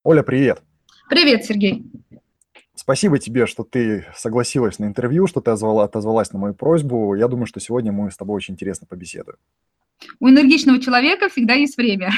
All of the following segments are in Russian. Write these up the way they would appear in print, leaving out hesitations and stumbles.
Оля, привет! Привет, Сергей. Спасибо тебе, что ты согласилась на интервью, что ты отозвалась на мою просьбу. Я думаю, что сегодня мы с тобой очень интересно побеседуем. У энергичного человека всегда есть время.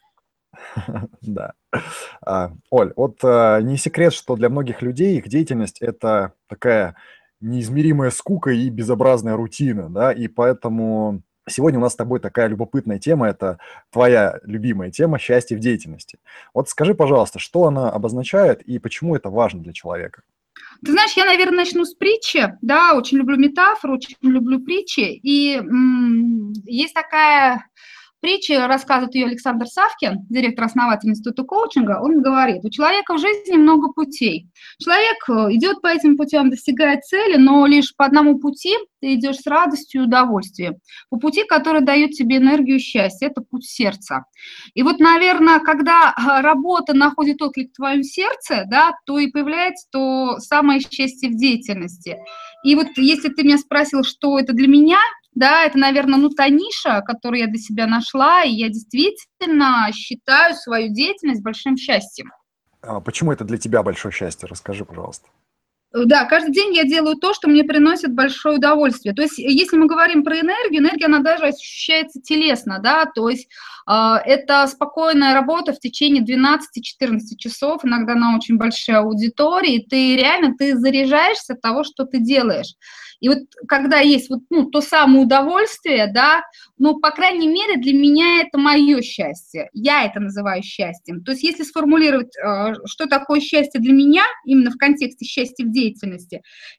Да. Оль, вот не секрет, что для многих людей их деятельность – это такая неизмеримая скука и безобразная рутина, да, и поэтому сегодня у нас с тобой такая любопытная тема – это твоя любимая тема – счастье в деятельности. Вот скажи, пожалуйста, что она обозначает и почему это важно для человека? Ты знаешь, я, наверное, начну с притчи. Да, очень люблю метафору, очень люблю притчи. И есть такая притча, рассказывает ее Александр Савкин, директор-основатель Института коучинга. Он говорит, у человека в жизни много путей. Человек идет по этим путям, достигает цели, но лишь по одному пути ты идешь с радостью и удовольствием. По пути, который дает тебе энергию и счастье. Это путь сердца. И вот, наверное, когда работа находит отклик в твоем сердце, да, то и появляется то самое счастье в деятельности. И вот если ты меня спросил, что это для меня, да, это, наверное, ну, та ниша, которую я для себя нашла, и я действительно считаю свою деятельность большим счастьем. Почему это для тебя большое счастье? Расскажи, пожалуйста. Да, каждый день я делаю то, что мне приносит большое удовольствие. То есть, если мы говорим про энергию, энергия, она даже ощущается телесно, да, то есть это спокойная работа в течение 12-14 часов, иногда на очень большой аудитории, ты реально, ты заряжаешься от того, что ты делаешь. И вот когда есть вот, ну, то самое удовольствие, да, ну, по крайней мере, для меня это мое счастье. Я это называю счастьем. То есть если сформулировать, что такое счастье для меня, именно в контексте счастья в деятельности,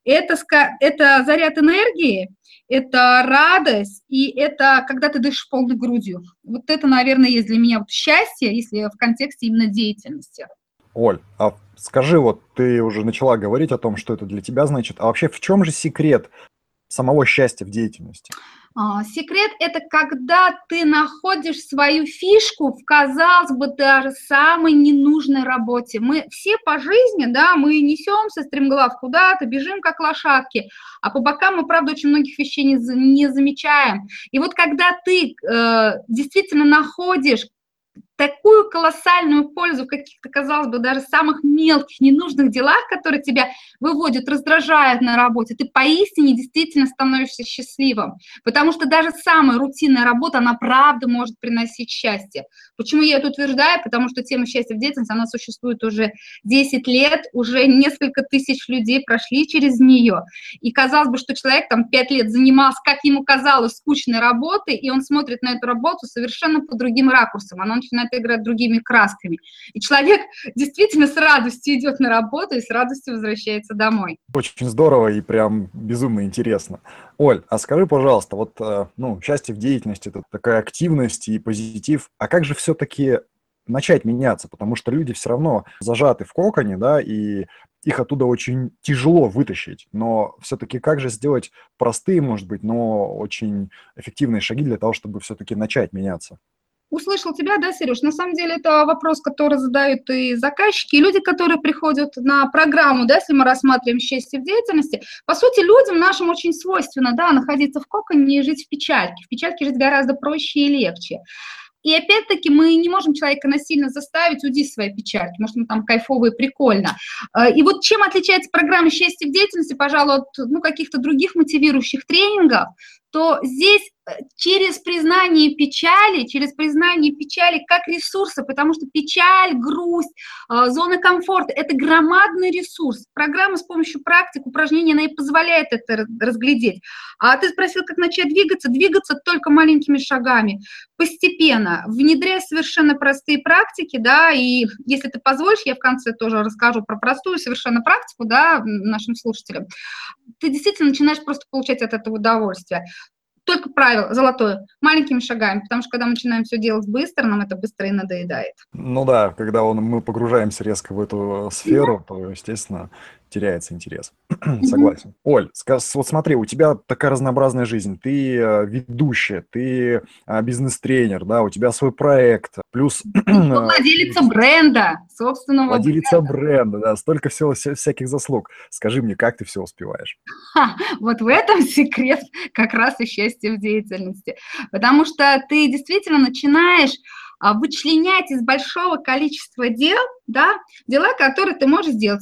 это заряд энергии, это радость, и это когда ты дышишь полной грудью. Вот это, наверное, есть для меня вот счастье, если в контексте именно деятельности. Оль, а скажи, вот ты уже начала говорить о том, что это для тебя значит, а вообще в чем же секрет самого счастья в деятельности? Секрет – это когда ты находишь свою фишку в, казалось бы, даже самой ненужной работе. Мы все по жизни, да, мы несемся стремглав куда-то, бежим как лошадки, а по бокам мы, правда, очень многих вещей не замечаем. И вот когда ты действительно находишь такую колоссальную пользу в каких-то, казалось бы, даже самых мелких, ненужных делах, которые тебя выводят, раздражают на работе, ты поистине действительно становишься счастливым. Потому что даже самая рутинная работа, она правда может приносить счастье. Почему я это утверждаю? Потому что тема счастья в деятельности, она существует уже 10 лет, уже несколько тысяч людей прошли через нее. И казалось бы, что человек там 5 лет занимался, как ему казалось, скучной работой, и он смотрит на эту работу совершенно по другим ракурсам. Она начинает играть другими красками. И человек действительно с радостью идет на работу и с радостью возвращается домой. Очень здорово и прям безумно интересно. Оль, а скажи, пожалуйста, вот, ну, счастье в деятельности – это такая активность и позитив, а как же все-таки начать меняться? Потому что люди все равно зажаты в коконе, да, и их оттуда очень тяжело вытащить. Но все-таки как же сделать простые, может быть, но очень эффективные шаги для того, чтобы все-таки начать меняться? Услышал тебя, да, Сереж? На самом деле это вопрос, который задают и заказчики, и люди, которые приходят на программу, да, если мы рассматриваем счастье в деятельности. По сути, людям нашим очень свойственно, да, находиться в коконе и жить в печальке. В печальке жить гораздо проще и легче. И опять-таки мы не можем человека насильно заставить уйти из своей печальки, может, ему там кайфово и прикольно. И вот чем отличается программа счастья в деятельности, пожалуй, от каких-то других мотивирующих тренингов, то здесь через признание печали как ресурса, потому что печаль, грусть, зона комфорта – это громадный ресурс. Программа с помощью практик, упражнений, она и позволяет это разглядеть. А ты спросил, как начать двигаться? Двигаться только маленькими шагами, постепенно, внедряя совершенно простые практики, да, и если ты позволишь, я в конце тоже расскажу про простую совершенно практику, да, нашим слушателям. Ты действительно начинаешь просто получать от этого удовольствие. Только правило золотое, маленькими шагами, потому что когда мы начинаем все делать быстро, нам это быстро и надоедает. Ну да, когда мы погружаемся резко в эту сферу, то, естественно, теряется интерес. Мгм. Согласен. Оль, вот смотри, у тебя такая разнообразная жизнь. Ты ведущая, ты бизнес-тренер, да, у тебя свой проект, плюс Владелица бренда, собственного владелица бренда. бренда, да, столько всего, всяких заслуг. Скажи мне, как ты все успеваешь? Вот в этом секрет как раз и счастья в деятельности. Потому что ты действительно начинаешь вычленять из большого количества дел, да, дела, которые ты можешь сделать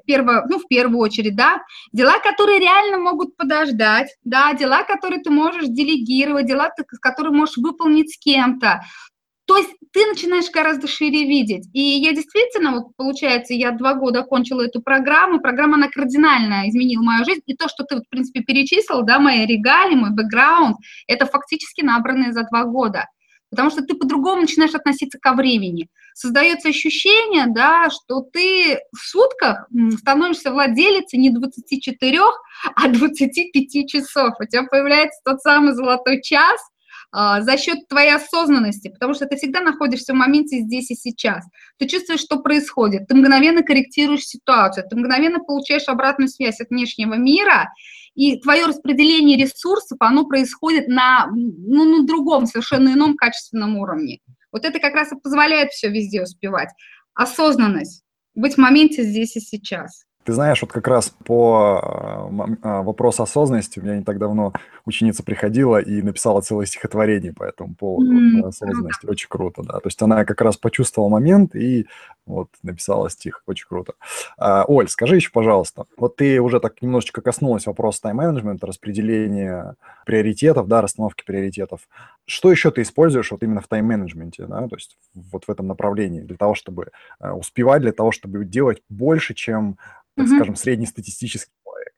в первую очередь, да, дела, которые реально могут подождать, да, дела, которые ты можешь делегировать, дела, которые можешь выполнить с кем-то. То есть ты начинаешь гораздо шире видеть. И я действительно, вот получается, я 2 года окончила эту программу, она кардинально изменила мою жизнь, и то, что ты, в принципе, перечислил, да, мои регалии, мой бэкграунд, это фактически набранные за 2 года. Потому что ты по-другому начинаешь относиться ко времени. Создается ощущение, да, что ты в сутках становишься владелицей не 24, а 25 часов. У тебя появляется тот самый золотой час, за счет твоей осознанности, потому что ты всегда находишься в моменте здесь и сейчас. Ты чувствуешь, что происходит, ты мгновенно корректируешь ситуацию, ты мгновенно получаешь обратную связь от внешнего мира, и твое распределение ресурсов, оно происходит на другом, совершенно ином качественном уровне. Вот это как раз и позволяет все везде успевать. Осознанность, быть в моменте здесь и сейчас. Ты знаешь, вот как раз по вопросу осознанности у меня не так давно ученица приходила и написала целое стихотворение по этому поводу осознанности. Очень круто, да. То есть она как раз почувствовала момент и вот написала стих. Очень круто. Оль, скажи еще, пожалуйста, вот ты уже так немножечко коснулась вопроса тайм-менеджмента, распределения приоритетов, да, расстановки приоритетов. Что еще ты используешь вот именно в тайм-менеджменте, да, то есть вот в этом направлении для того, чтобы успевать, для того, чтобы делать больше, чем, так скажем, среднестатистический человек?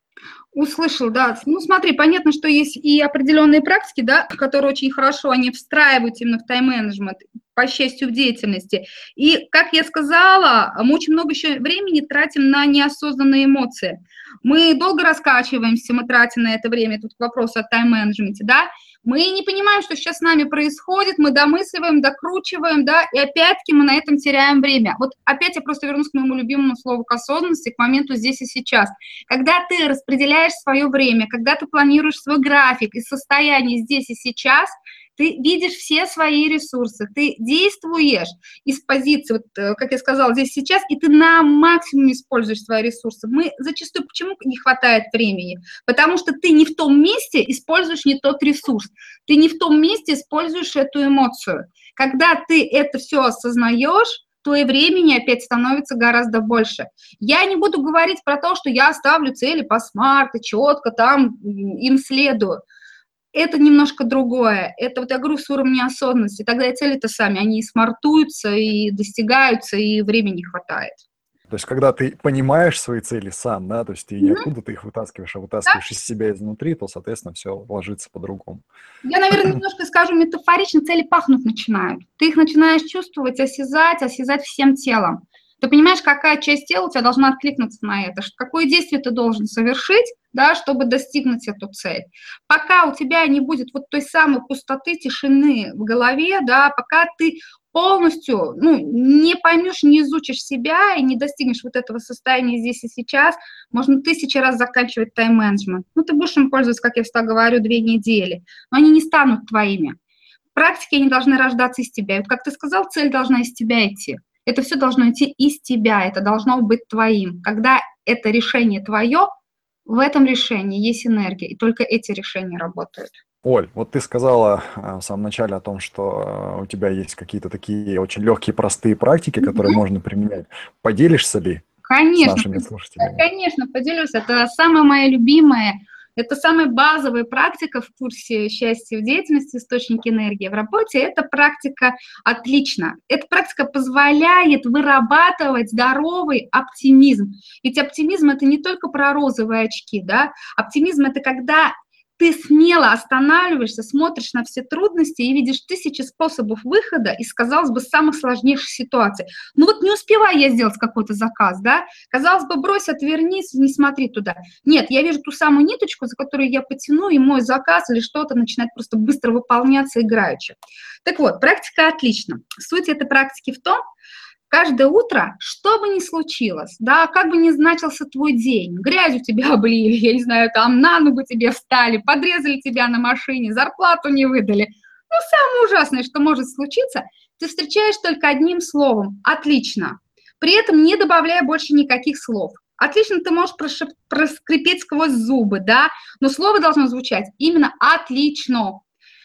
Услышал, да. Ну, смотри, понятно, что есть и определенные практики, да, которые очень хорошо, они встраиваются именно в тайм-менеджмент, по счастью, в деятельности. И, как я сказала, мы очень много еще времени тратим на неосознанные эмоции. Мы долго раскачиваемся, мы тратим на это время, тут к вопросу о тайм-менеджменте, да. Мы не понимаем, что сейчас с нами происходит, мы домысливаем, докручиваем, да, и опять-таки мы на этом теряем время. Вот опять я просто вернусь к моему любимому слову, к осознанности, к моменту здесь и сейчас. Когда ты распределяешь свое время, когда ты планируешь свой график из состояния здесь и сейчас, ты видишь все свои ресурсы, ты действуешь из позиции, вот, как я сказала, здесь сейчас, и ты на максимум используешь свои ресурсы. Мы зачастую почему не хватает времени? Потому что ты не в том месте используешь не тот ресурс, ты не в том месте используешь эту эмоцию. Когда ты это все осознаешь, то и времени опять становится гораздо больше. Я не буду говорить про то, что я ставлю цели по смарту, четко там им следую. Это немножко другое. Это, вот я говорю, с уровня осознанности. Тогда и цели-то сами, они и смартуются, и достигаются, и времени хватает. То есть, когда ты понимаешь свои цели сам, да, то есть ты не откуда ты их вытаскиваешь, а вытаскиваешь из себя изнутри, то, соответственно, все ложится по-другому. Я, наверное, немножко скажу метафорично, цели пахнуть начинают. Ты их начинаешь чувствовать, осязать всем телом. Ты понимаешь, какая часть тела у тебя должна откликнуться на это, какое действие ты должен совершить, да, чтобы достигнуть эту цель. Пока у тебя не будет вот той самой пустоты, тишины в голове, да, пока ты полностью не поймешь, не изучишь себя и не достигнешь вот этого состояния здесь и сейчас, можно 1000 раз заканчивать тайм-менеджмент. Ты будешь им пользоваться, как я всегда говорю, 2 недели, но они не станут твоими. Практики, они должны рождаться из тебя. И вот как ты сказал, цель должна из тебя идти. Это все должно идти из тебя, это должно быть твоим. Когда это решение твое, в этом решении есть энергия, и только эти решения работают. Оль, вот ты сказала в самом начале о том, что у тебя есть какие-то такие очень легкие, простые практики, которые можно применять. Поделишься ли с нашими слушателями? Конечно, поделюсь. Это самая моя любимая. Это самая базовая практика в курсе «Счастье в деятельности. Источники энергии в работе». Эта практика отлично. Эта практика позволяет вырабатывать здоровый оптимизм. Ведь оптимизм – это не только про розовые очки, да? Оптимизм – это когда ты смело останавливаешься, смотришь на все трудности и видишь 1000 способов выхода из, казалось бы, самых сложнейших ситуаций. Не успеваю я сделать какой-то заказ, да, казалось бы, брось, отвернись, не смотри туда. Нет, я вижу ту самую ниточку, за которую я потяну, и мой заказ или что-то начинает просто быстро выполняться играючи. Так вот, практика отлична. Суть этой практики в том, каждое утро, что бы ни случилось, да, как бы ни значился твой день, грязью тебя облили, я не знаю, там на ногу тебе встали, подрезали тебя на машине, зарплату не выдали. Самое ужасное, что может случиться, ты встречаешь только одним словом «отлично», при этом не добавляя больше никаких слов. Отлично ты можешь проскрипеть сквозь зубы, да, но слово должно звучать именно «отлично».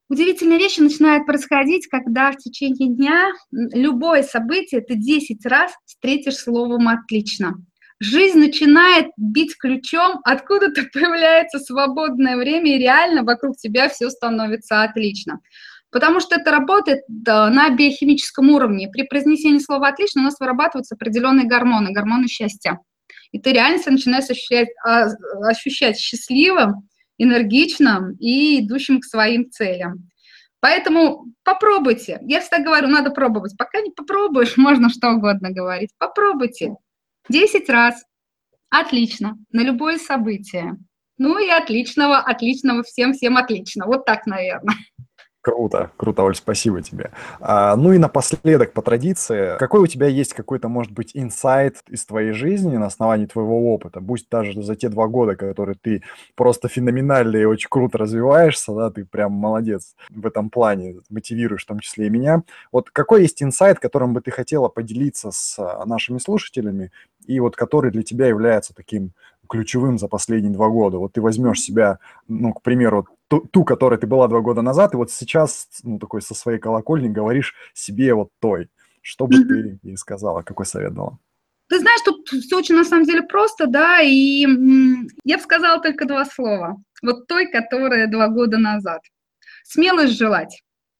Удивительные вещи начинают происходить, когда в течение дня любое событие ты 10 раз встретишь словом «отлично». Жизнь начинает бить ключом, откуда-то появляется свободное время, и реально вокруг тебя все становится отлично. Потому что это работает на биохимическом уровне. При произнесении слова «отлично» у нас вырабатываются определенные гормоны, гормоны счастья. И ты реально себя начинаешь ощущать счастливым, энергичным и идущим к своим целям. Поэтому попробуйте. Я всегда говорю, надо пробовать. Пока не попробуешь, можно что угодно говорить. Попробуйте. 10 раз. Отлично. На любое событие. Ну и отличного, отличного, всем отлично. Вот так, наверное. Круто, круто, Оль, спасибо тебе. Ну и напоследок, по традиции, какой у тебя есть какой-то, может быть, инсайт из твоей жизни на основании твоего опыта, будь даже за те 2 года, которые ты просто феноменально и очень круто развиваешься, да, ты прям молодец в этом плане, мотивируешь в том числе и меня. Вот какой есть инсайт, которым бы ты хотела поделиться с нашими слушателями, и вот который для тебя является таким ключевым за последние 2 года? Вот ты возьмешь себя, ну, к примеру, ту, которой ты была 2 года назад, и вот сейчас, ну, такой со своей колокольни говоришь себе вот той. Что бы ты ей сказала, какой совет дала? Ты знаешь, тут все очень на самом деле просто, да, и я бы сказала только 2 слова. Вот той, которая 2 года назад. Смелость желать.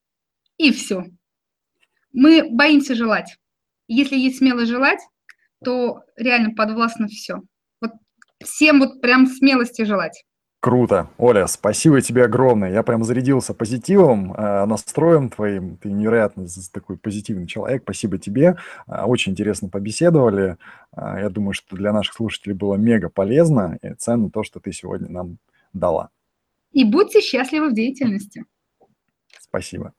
И все. Мы боимся желать. Если есть смелость желать, то реально подвластно все. Вот всем вот прям смелости желать. Круто. Оля, спасибо тебе огромное. Я прям зарядился позитивом, настроем твоим. Ты невероятно такой позитивный человек. Спасибо тебе. Очень интересно побеседовали. Я думаю, что для наших слушателей было мега полезно и ценно то, что ты сегодня нам дала. И будьте счастливы в деятельности. Спасибо.